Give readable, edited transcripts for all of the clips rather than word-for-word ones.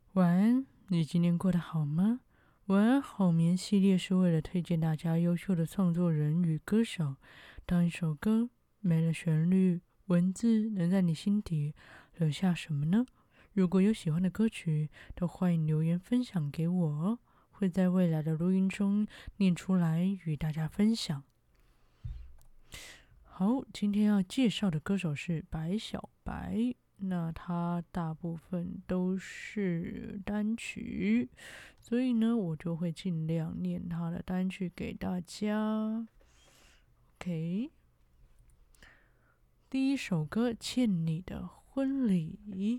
晚安，你今天过得好吗？晚安好眠系列是为了推荐大家优秀的创作人与歌手。当一首歌没了旋律，文字能在你心底留下什么呢？如果有喜欢的歌曲，都欢迎留言分享给我哦，会在未来的录音中念出来与大家分享。好，今天要介绍的歌手是白小白。那他大部分都是单曲，所以呢，我就会尽量念他的单曲给大家。OK， 第一首歌《欠你的婚礼》，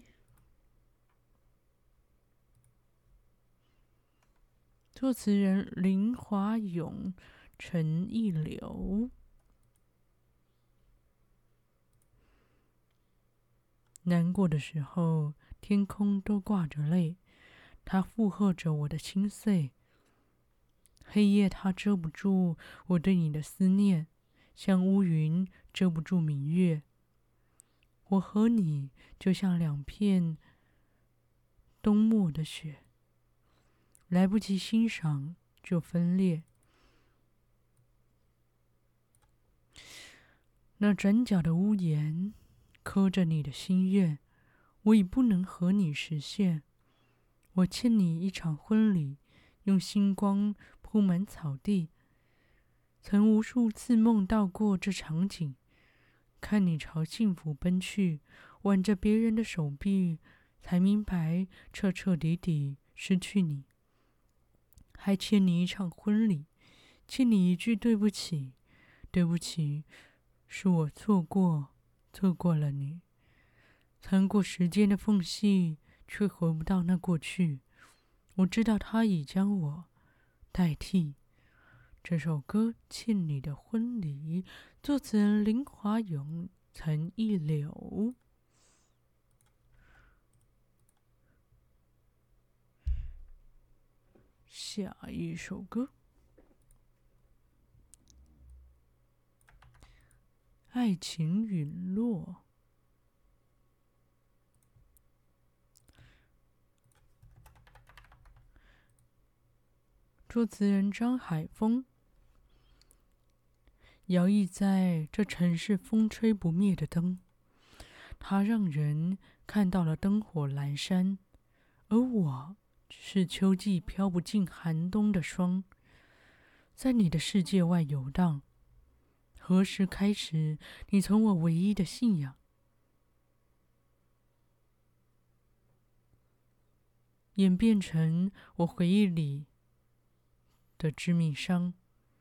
作词人林华勇、陈亦流。难过的时候，天空都挂着泪，它附和着我的心碎。黑夜它遮不住我对你的思念，像乌云遮不住明月。我和你就像两片冬末的雪，来不及欣赏就分裂。那转角的屋檐刻着你的心愿，我已不能和你实现。我欠你一场婚礼，用星光铺满草地。曾无数次梦到过这场景，看你朝幸福奔去，挽着别人的手臂，才明白彻彻底底失去你。还欠你一场婚礼，欠你一句对不起，对不起，是我错过了你。穿过时间的缝隙，却回不到那过去。我知道他已将我代替。这首歌《欠你的婚礼》，作词人林华勇、陈亦流。下一首歌《爱情陨落》，作词人张海峰。摇曳在这城市风吹不灭的灯，它让人看到了灯火阑珊，而我是秋季飘不进寒冬的霜，在你的世界外游荡。何时开始，你从我唯一的信仰，演变成我回忆里的致命伤？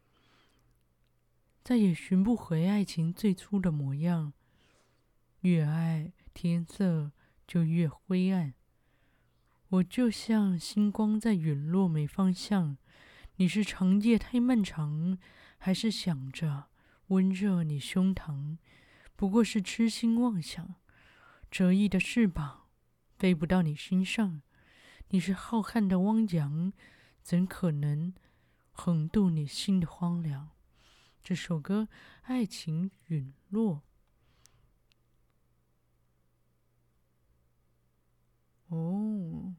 再也寻不回爱情最初的模样，越爱天色就越灰暗。我就像星光在陨落没方向，你是长夜太漫长，还是想着温热你胸膛？不过是痴心妄想，折翼的翅膀飞不到你心上。你是浩瀚的汪洋，怎可能横渡你心的荒凉？这首歌《爱情陨落》。哦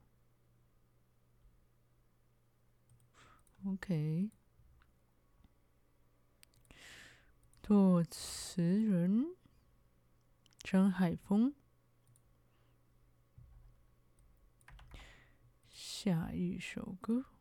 ，OK，作词人张海峰。下一首歌《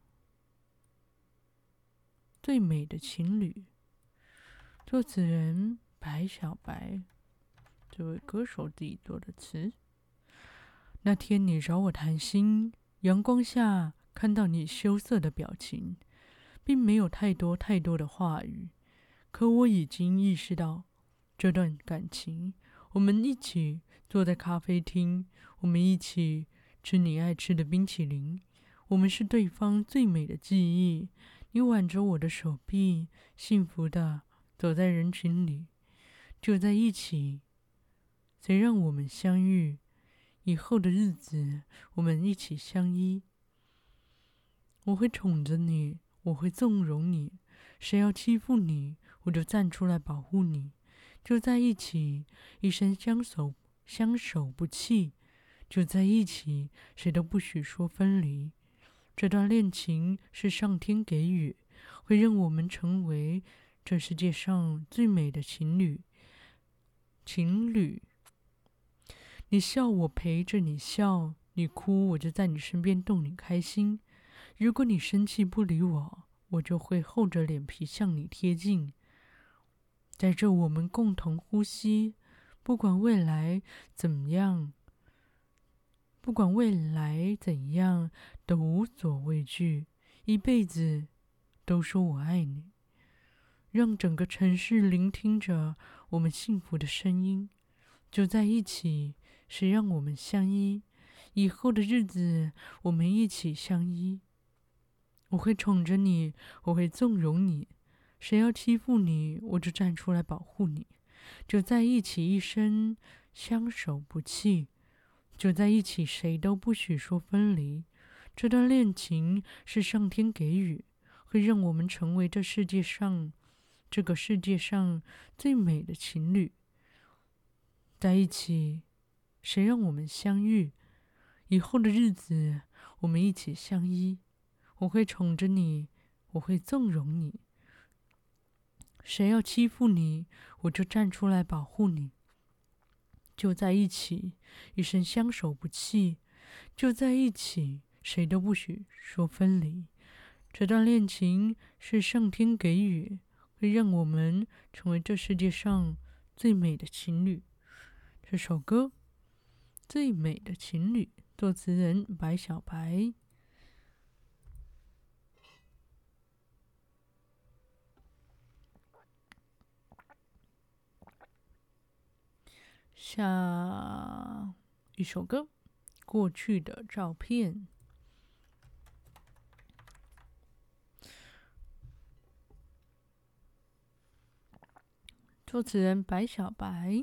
最美的情侣》，作词人白小白，这位歌手自己做的词。那天你找我谈心，阳光下看到你羞涩的表情，并没有太多的话语，可我已经意识到这段感情。我们一起坐在咖啡厅，我们一起吃你爱吃的冰淇淋，我们是对方最美的记忆。你挽着我的手臂，幸福的走在人群里，就在一起。谁让我们相遇？以后的日子，我们一起相依。我会宠着你，我会纵容你，谁要欺负你，我就站出来保护你。就在一起，一生相守不弃。 就在一起，谁都不许说分离。这段恋情是上天给予，会让我们成为这世界上最美的情侣。你笑我陪着你笑，你哭我就在你身边逗你开心。如果你生气不理我，我就会厚着脸皮向你贴近。在这我们共同呼吸，不管未来怎样都无所畏惧，一辈子都说我爱你。让整个城市聆听着我们幸福的声音。就在一起，谁让我们相依？以后的日子，我们一起相依。我会宠着你，我会纵容你。谁要欺负你，我就站出来保护你。就在一起，一生相守不弃。就在一起，谁都不许说分离。这段恋情是上天给予，会让我们成为这个世界上最美的情侣。在一起，谁让我们相遇？以后的日子，我们一起相依。我会宠着你，我会纵容你。谁要欺负你，我就站出来保护你。就在一起，一生相守不弃。就在一起，谁都不许说分离。这段恋情是上天给予，会让我们成为这世界上最美的情侣。这首歌《最美的情侣》，作词人白小白。下一首歌，过去的照片。作词人白小白。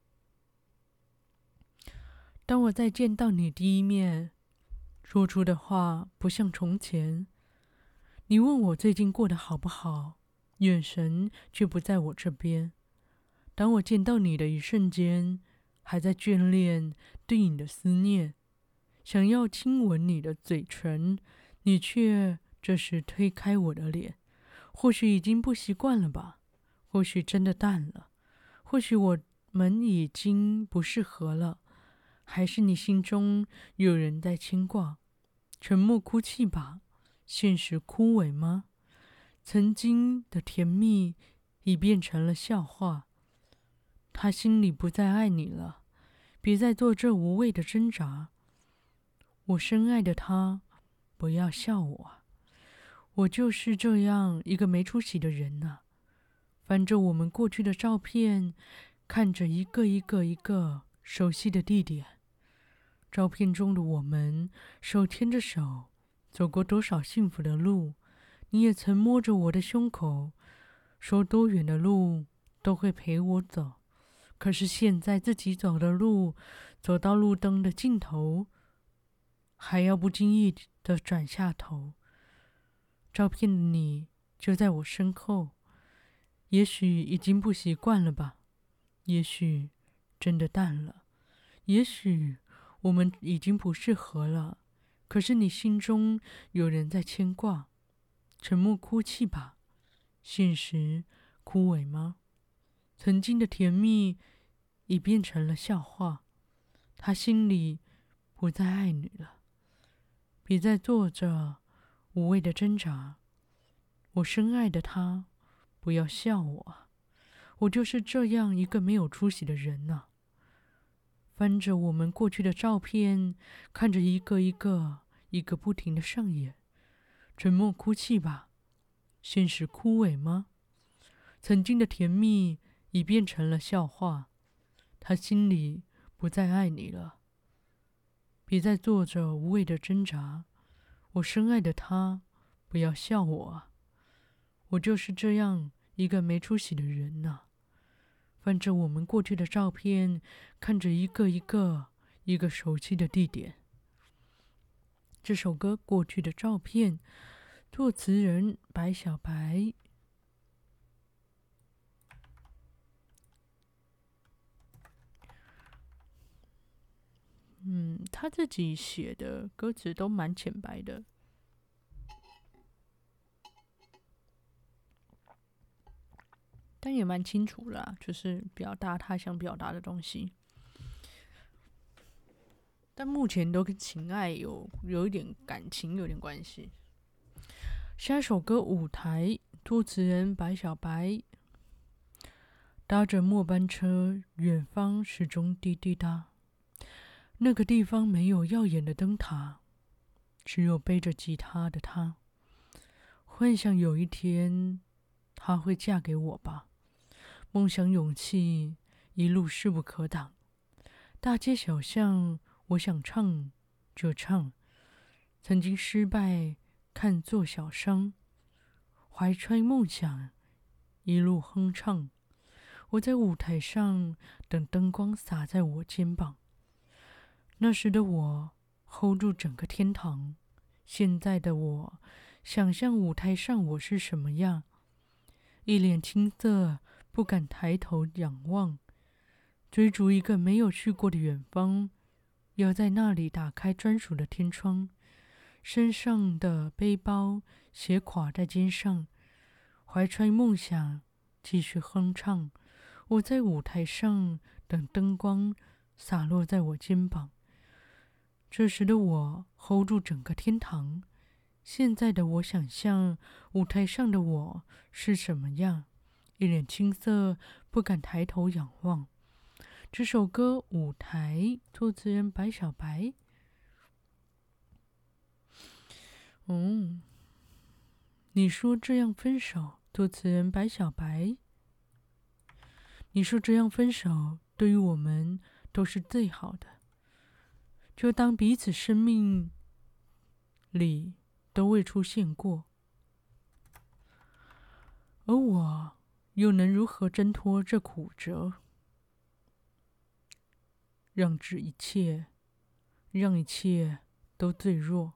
当我再见到你第一面，说出的话不像从前。你问我最近过得好不好，眼神却不在我这边。当我见到你的一瞬间，还在眷恋对你的思念，想要亲吻你的嘴唇，你却这时推开我的脸。或许已经不习惯了吧，或许真的淡了，或许我们已经不适合了，还是你心中有人在牵挂？沉默哭泣吧，现实枯萎吗？曾经的甜蜜已变成了笑话，他心里不再爱你了，别再做这无谓的挣扎。我深爱的他，不要笑我，我就是这样一个没出息的人啊。翻着我们过去的照片，看着一个熟悉的地点。照片中的我们，手牵着手，走过多少幸福的路。你也曾摸着我的胸口，说多远的路都会陪我走。可是现在自己走的路，走到路灯的尽头，还要不经意的转下头。照片的你就在我身后，也许已经不习惯了吧，也许真的淡了，也许我们已经不适合了，可是你心中有人在牵挂。沉默哭泣吧，现实枯萎吗？曾经的甜蜜已变成了笑话，他心里不再爱你了，别再做着无谓的挣扎。我深爱的他，不要笑我，我就是这样一个没有出息的人啊。翻着我们过去的照片，看着一个不停的上演。沉默哭泣吧，现实枯萎吗？曾经的甜蜜已变成了笑话，他心里不再爱你了，别再做着无谓的挣扎。我深爱的他，不要笑我，我就是这样一个没出息的人啊。翻着我们过去的照片，看着一个熟悉的地点。这首歌《过去的照片》，作词人白小白。 他自己写的歌词都蛮浅白的，但也蛮清楚啦，就是表达他想表达的东西。但目前都跟情爱有一点感情有点关系。下一首歌《舞台》，作词人白小白。搭着末班车，远方始终滴滴答。那个地方没有耀眼的灯塔，只有背着吉他的他。幻想有一天，她会嫁给我吧。梦想勇气，一路势不可挡。大街小巷，我想唱就唱。曾经失败，看作小伤。怀揣梦想，一路哼唱。我在舞台上，等灯光洒在我肩膀。那时的我 hold 住整个天堂，现在的我想象舞台上我是什么样，一脸青涩，不敢抬头仰望，追逐一个没有去过的远方，要在那里打开专属的天窗，身上的背包斜挎在肩上，怀揣梦想，继续哼唱。我在舞台上，等灯光洒落在我肩膀。这时的我 hold 住整个天堂，现在的我想象舞台上的我是什么样，一脸青涩，不敢抬头仰望。这首歌《舞台》，作词人白小白。你说这样分手，作词人白小白。你说这样分手，对于我们都是最好的。就当彼此生命里都未出现过，而我又能如何挣脱这苦折？让一切都坠落，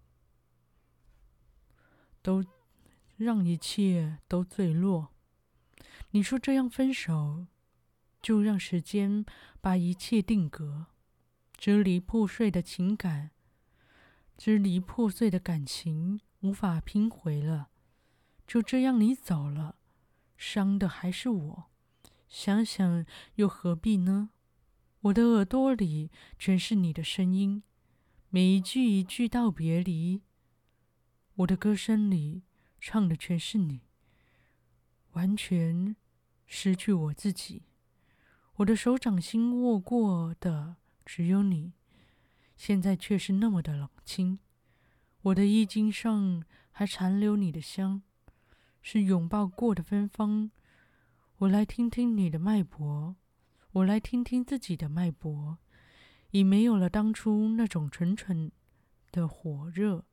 让一切都坠落。你说这样分手，就让时间把一切定格。支离破碎的情感，支离破碎的感情无法拼回了，就这样你走了，伤的还是我。想想又何必呢？我的耳朵里全是你的声音，每一句一句道别离。我的歌声里唱的全是你，完全失去我自己。我的手掌心握过的只有你，现在却是那么的冷清。我的衣襟上还残留你的香，是拥抱过的芬芳。我来听听你的脉搏，我来听听自己的脉搏，已没有了当初那种蠢蠢的火热。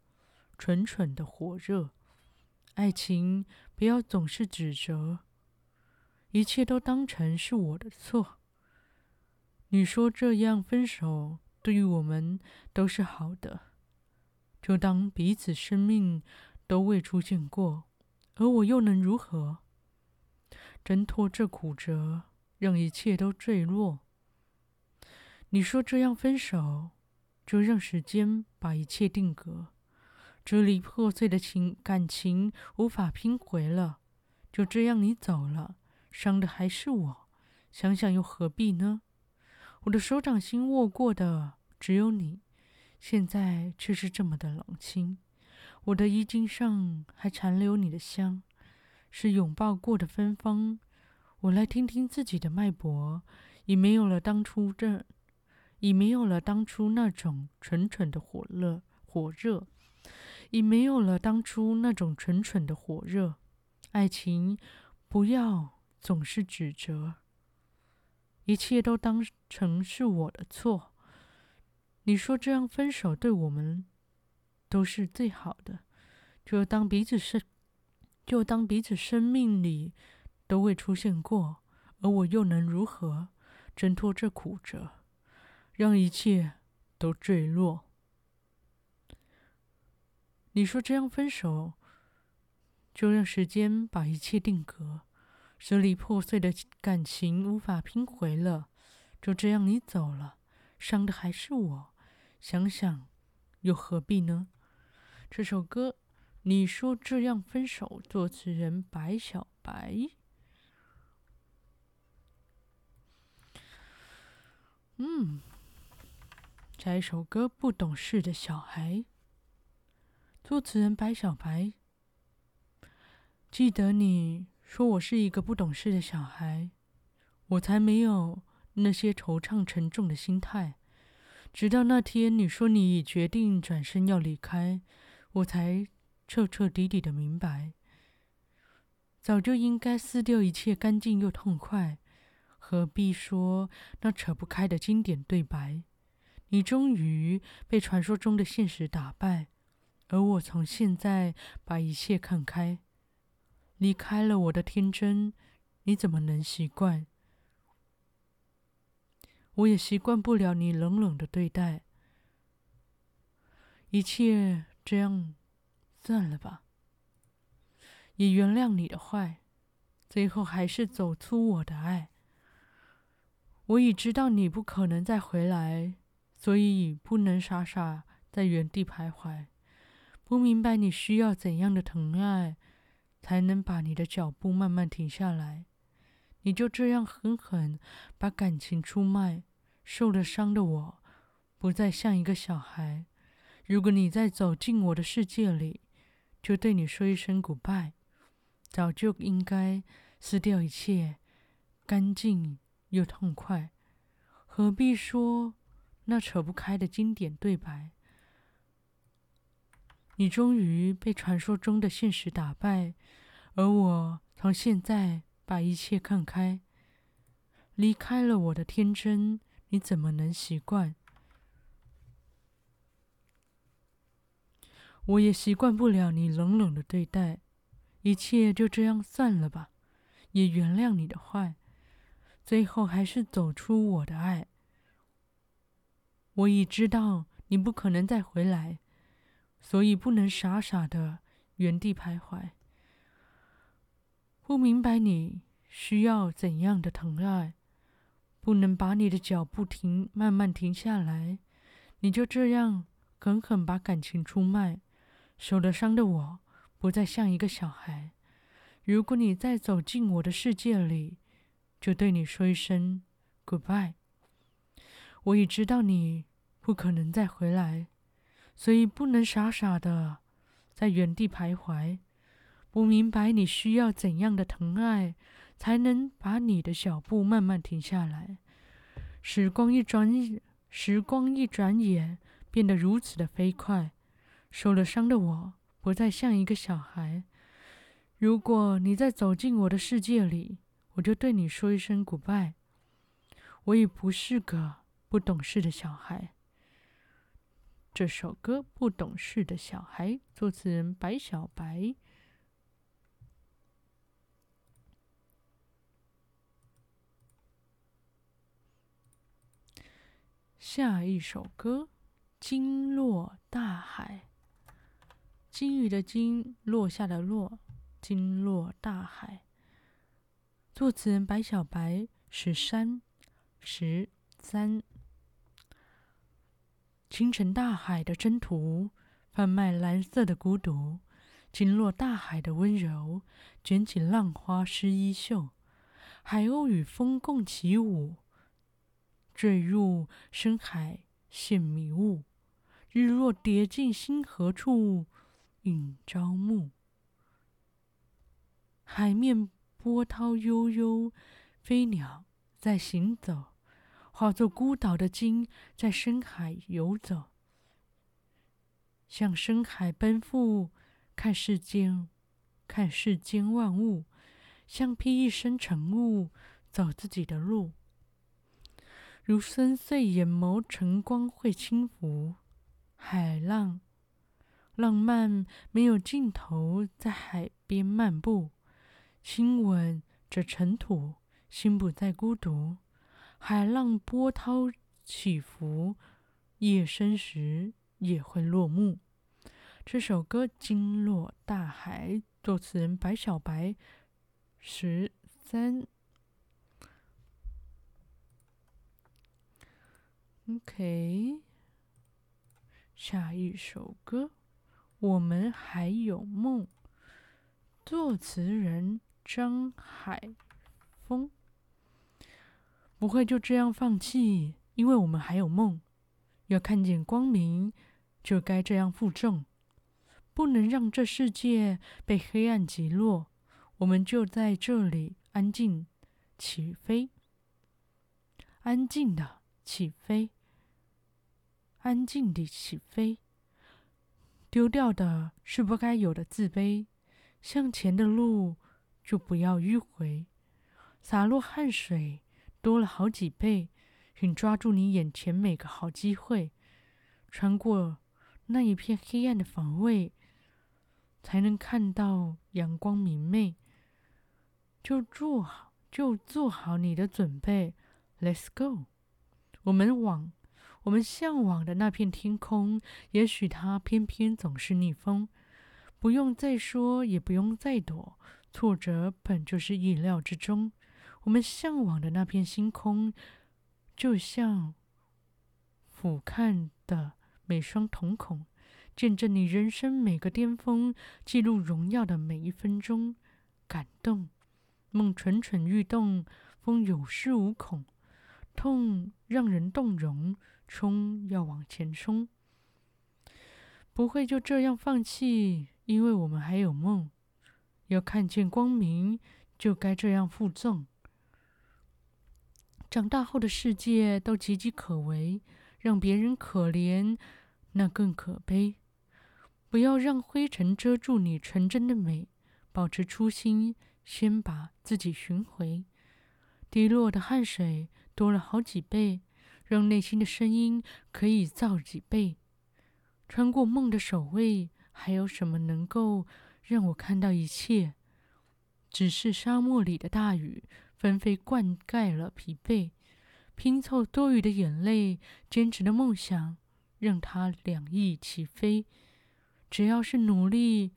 爱情不要总是指责，一切都当成是我的错。你说这样分手对于我们都是好的，就当彼此生命都未出现过，而我又能如何挣脱这苦折，让一切都坠落？你说这样分手，就让时间把一切定格。支离破碎的感情无法拼回了，就这样你走了，伤的还是我。想想又何必呢？我的手掌心握过的只有你，现在却是这么的冷清。我的衣襟上还残留你的香，是拥抱过的芬芳。我来听听自己的脉搏，已没有了当初那种蠢蠢的火热，已没有了当初那种蠢蠢的火热。爱情不要总是指责，一切都当成是我的错。你说这样分手对我们都是最好的，就当彼此生命里都未出现过，而我又能如何挣脱这苦折，让一切都坠落？你说这样分手，就让时间把一切定格。支离破碎的感情无法拼回了，就这样你走了， 伤的还是我。想想，又何必呢？这首歌，你说这样分手，作词人白小白。下一首歌，不懂事的小孩，作词人白小白。记得你说我是一个不懂事的小孩，我才没有那些惆怅沉重的心态。直到那天你说你已决定转身要离开，我才彻彻底底的明白，早就应该撕掉一切干净又痛快，何必说那扯不开的经典对白。你终于被传说中的现实打败，而我从现在把一切看开。离开了我的天真，你怎么能习惯？我也习惯不了你冷冷的对待。一切这样算了吧，也原谅你的坏，最后还是走出我的爱。我已知道你不可能再回来，所以不能傻傻在原地徘徊。不明白你需要怎样的疼爱，才能把你的脚步慢慢停下来。你就这样狠狠把感情出卖，受了伤的我，不再像一个小孩。如果你再走进我的世界里，就对你说一声 goodbye。早就应该撕掉一切，干净又痛快。何必说那扯不开的经典对白？你终于被传说中的现实打败，而我从现在把一切看开。离开了我的天真，你怎么能习惯？我也习惯不了你冷冷的对待。一切就这样算了吧，也原谅你的坏，最后还是走出我的爱。我已知道你不可能再回来，所以不能傻傻的原地徘徊。不明白你需要怎样的疼爱，不能把你的脚步慢慢停下来。你就这样狠狠把感情出卖，受了伤的我不再像一个小孩。如果你再走进我的世界里，就对你说一声 goodbye。 我已知道你不可能再回来，所以不能傻傻的在原地徘徊。不明白你需要怎样的疼爱，才能把你的脚步慢慢停下来。时光一转眼变得如此的飞快，受了伤的我不再像一个小孩。如果你再走进我的世界里，我就对你说一声 goodbye。 我已不是个不懂事的小孩。这首歌《不懂事的小孩》，作词人白小白。下一首歌《鲸落大海》，鲸鱼的鲸，落下的落，鲸落大海。作词人白小白13。倾城大海的征途，贩卖蓝色的孤独，鲸落大海的温柔，卷起浪花湿衣袖。海鸥与风共起舞，坠入深海现迷雾。日落跌进星河处，影朝暮。海面波涛悠悠，飞鸟在行走，化作孤岛的鲸在深海游走，向深海奔赴，看世间万物，像披一身晨雾，走自己的路。如深邃眼眸晨光会轻浮，海浪浪漫没有尽头，在海边漫步，亲吻着尘土，心不再孤独。海浪波涛起伏，夜深时也会落幕。这首歌《鲸落大海》，作词人白小白13。 OK， 下一首歌，我们还有梦，作词人张海峰。不会就这样放弃，因为我们还有梦，要看见光明，就该这样负重。不能让这世界被黑暗击落，我们就在这里安静起飞，安静的起飞，安静地起飞。丢掉的是不该有的自卑，向前的路就不要迂回。洒落汗水多了好几倍，请抓住你眼前每个好机会，穿过那一片黑暗的防卫，才能看到阳光明媚。就做好你的准备 ，Let's go。我们向往的那片天空，也许它偏偏总是逆风。不用再说，也不用再躲，挫折本就是意料之中。我们向往的那片星空，就像俯瞰的每双瞳孔，见证你人生每个巅峰，记录荣耀的每一分钟。感动，梦蠢蠢欲动，风有恃无恐，痛让人动容，冲要往前冲。不会就这样放弃，因为我们还有梦，要看见光明，就该这样负重。长大后的世界都岌岌可危，让别人可怜，那更可悲。不要让灰尘遮住你纯真的美，保持初心，先把自己寻回。滴落的汗水多了好几倍，让内心的声音可以造几倍。穿过梦的守卫，还有什么能够让我看到一切？只是沙漠里的大雨，纷飞灌溉了疲惫，拼凑多余的眼泪，坚持的梦想，让它两翼齐飞。只要是努力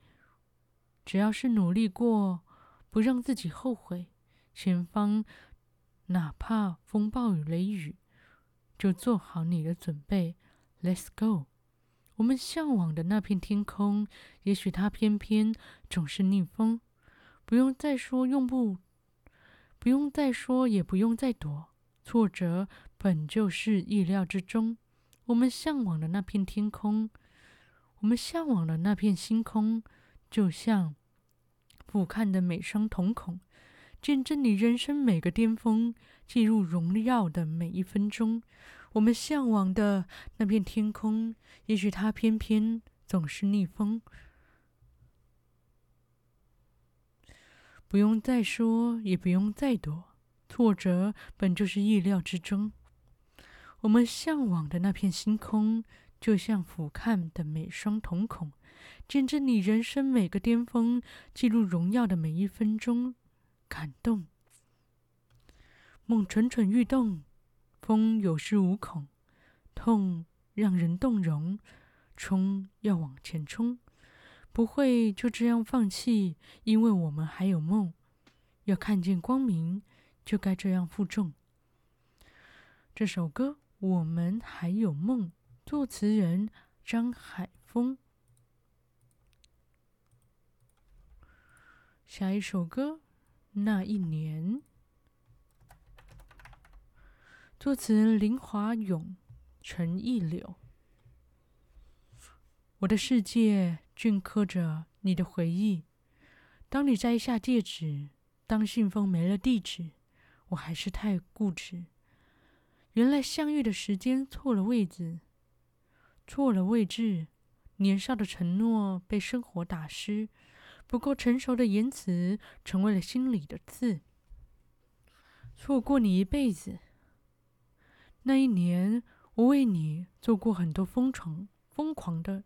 过，不让自己后悔，前方哪怕风暴与雷雨，就做好你的准备 ，Let's go。我们向往的那片天空，也许它偏偏总是逆风。不用再说，也不用再躲。挫折本就是意料之中。我们向往的那片天空，我们向往的那片星空，就像俯瞰的每双瞳孔，见证你人生每个巅峰，记录荣耀的每一分钟。我们向往的那片天空，也许它偏偏总是逆风。不用再说，也不用再躲，挫折本就是意料之中。我们向往的那片星空，就像俯瞰的每双瞳孔，见证你人生每个巅峰，记录荣耀的每一分钟。感动，梦蠢蠢欲动，风有恃无恐，痛让人动容，冲要往前冲。不会就这样放弃，因为我们还有梦，要看见光明，就该这样负重。这首歌《我们还有梦》，作词人张海峰。下一首歌《那一年》，作词林华勇、陈亦柳。我的世界镌刻着你的回忆。当你摘下戒指，当信封没了地址，我还是太固执。原来相遇的时间错了位置，年少的承诺被生活打湿，不够成熟的言辞成为了心里的刺。错过你一辈子。那一年，我为你做过很多疯狂的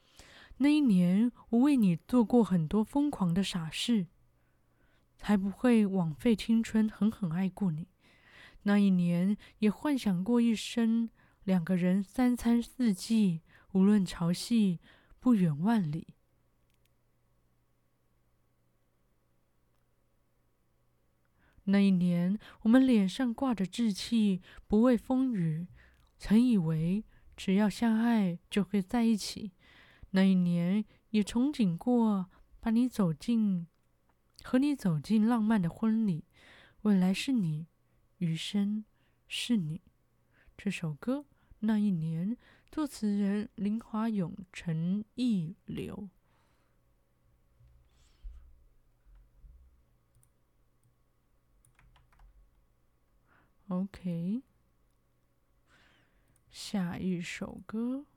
傻事，才不会枉费青春狠狠爱过你。那一年，也幻想过一生，两个人三餐四季，无论潮汐，不远万里。那一年，我们脸上挂着稚气，不畏风雨， 曾以为只要相爱就会在一起，那一年也憧憬过和你走进浪漫的婚礼，未来是你，余生是你。这首歌《那一年》，作词人林华勇、陈亦流。OK， 下一首歌。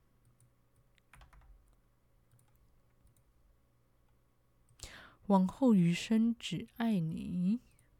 往后余生只爱你。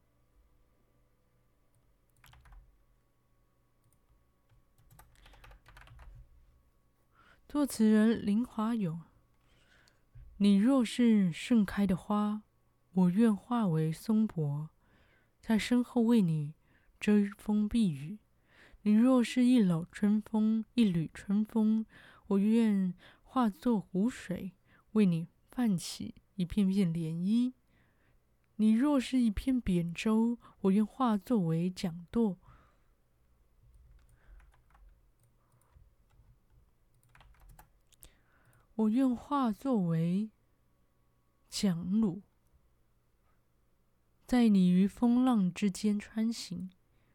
作词人林华勇。你若是盛开的花，我愿化为松柏，在身后为你遮风避雨。你若是一缕春风，我愿化作湖水，为你泛起一片片涟漪。你若是一片扁舟，我愿化作为桨舵，桨橹，在你与风浪之间穿行。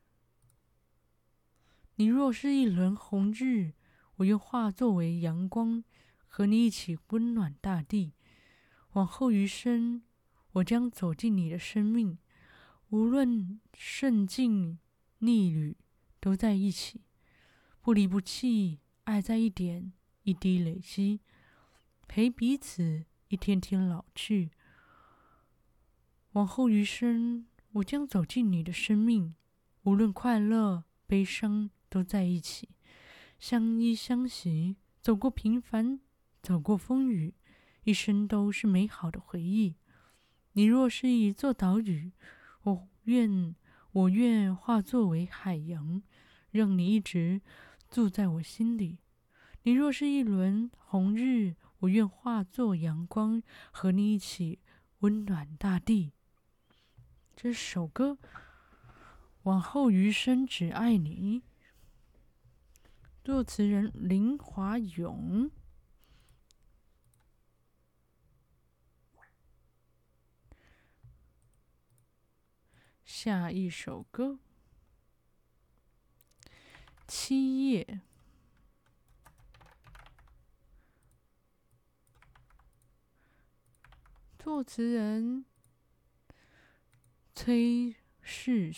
你若是一轮红日，我愿化作为阳光，和你一起温暖大地。往后余生，我将走进你的生命，无论顺境逆旅，都在一起，不离不弃，爱在一点一滴累积，陪彼此一天天老去。往后余生，我将走进你的生命，无论快乐悲伤，都在一起，相依相惜，走过平凡，走过风雨，一生都是美好的回忆。你若是一座岛屿，我愿化作为海洋，让你一直住在我心里。你若是一轮红日，我愿化作阳光，和你一起温暖大地。这首歌往后余生只爱你，作词人林华勇。下一首歌《七夜》，作词人崔世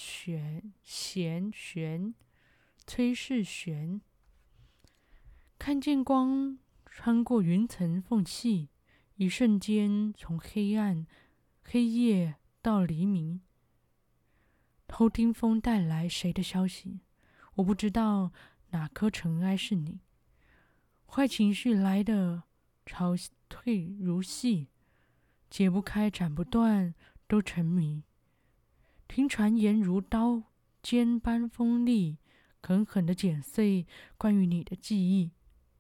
玄。看见光穿过云层缝隙，一瞬间从黑夜到黎明。偷听风带来谁的消息？我不知道哪颗尘埃是你。坏情绪来的潮退如戏，解不开斩不断，都沉迷。听传言如刀尖般锋利，狠狠地剪碎关于你的记忆。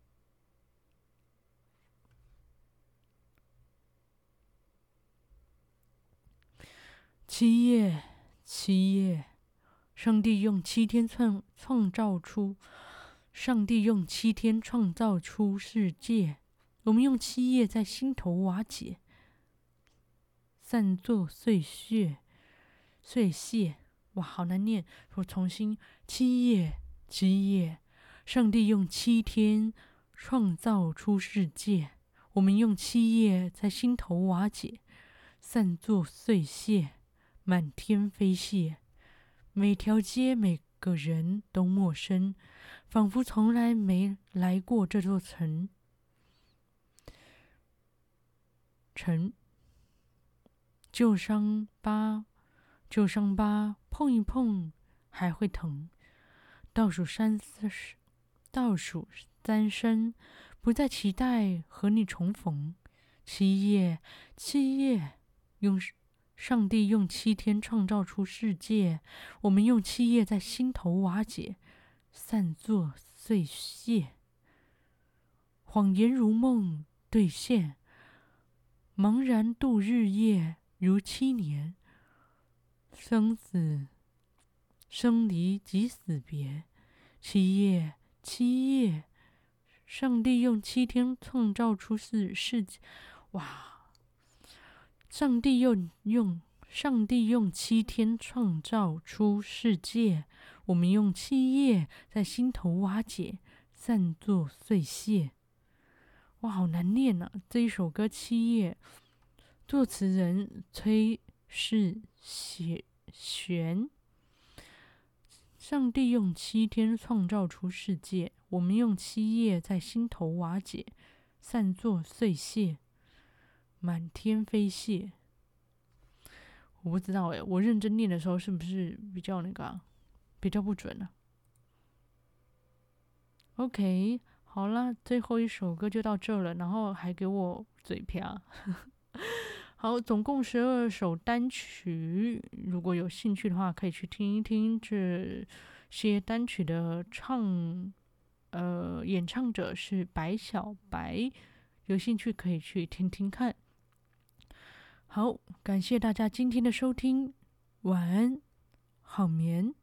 七夜，七夜，上帝用7天创造出世界，我们用7夜在心头瓦解，散作碎屑。哇，好难念，我重新。七夜，七夜，上帝用7天创造出世界，我们用7夜在心头瓦解，散作碎屑，满天飞泻。每条街，每个人都陌生，仿佛从来没来过这座城。旧伤疤碰一碰还会疼。倒数三声，不再期待和你重逢。七夜，七夜，上帝用7天创造出世界，我们用7夜在心头瓦解，散作碎屑。谎言如梦兑现，茫然度日夜如7年。生离及死别， 七夜，七夜，上帝用7天创造出世界。哇！上帝用7天创造出世界，我们用7夜在心头瓦解，散作碎屑。哇，好难念啊！这一首歌《七夜》，作词人崔世玄。上帝用7天创造出世界，我们用7夜在心头瓦解，散作碎屑，满天飞蟹。我不知道我认真念的时候是不是比较比较不准啊 ？OK， 好啦，最后一首歌就到这了，然后还给我嘴瓢。好，总共12首单曲，如果有兴趣的话，可以去听一听这些单曲的演唱者是白小白，有兴趣可以去听听看。好，感谢大家今天的收听，晚安，好眠。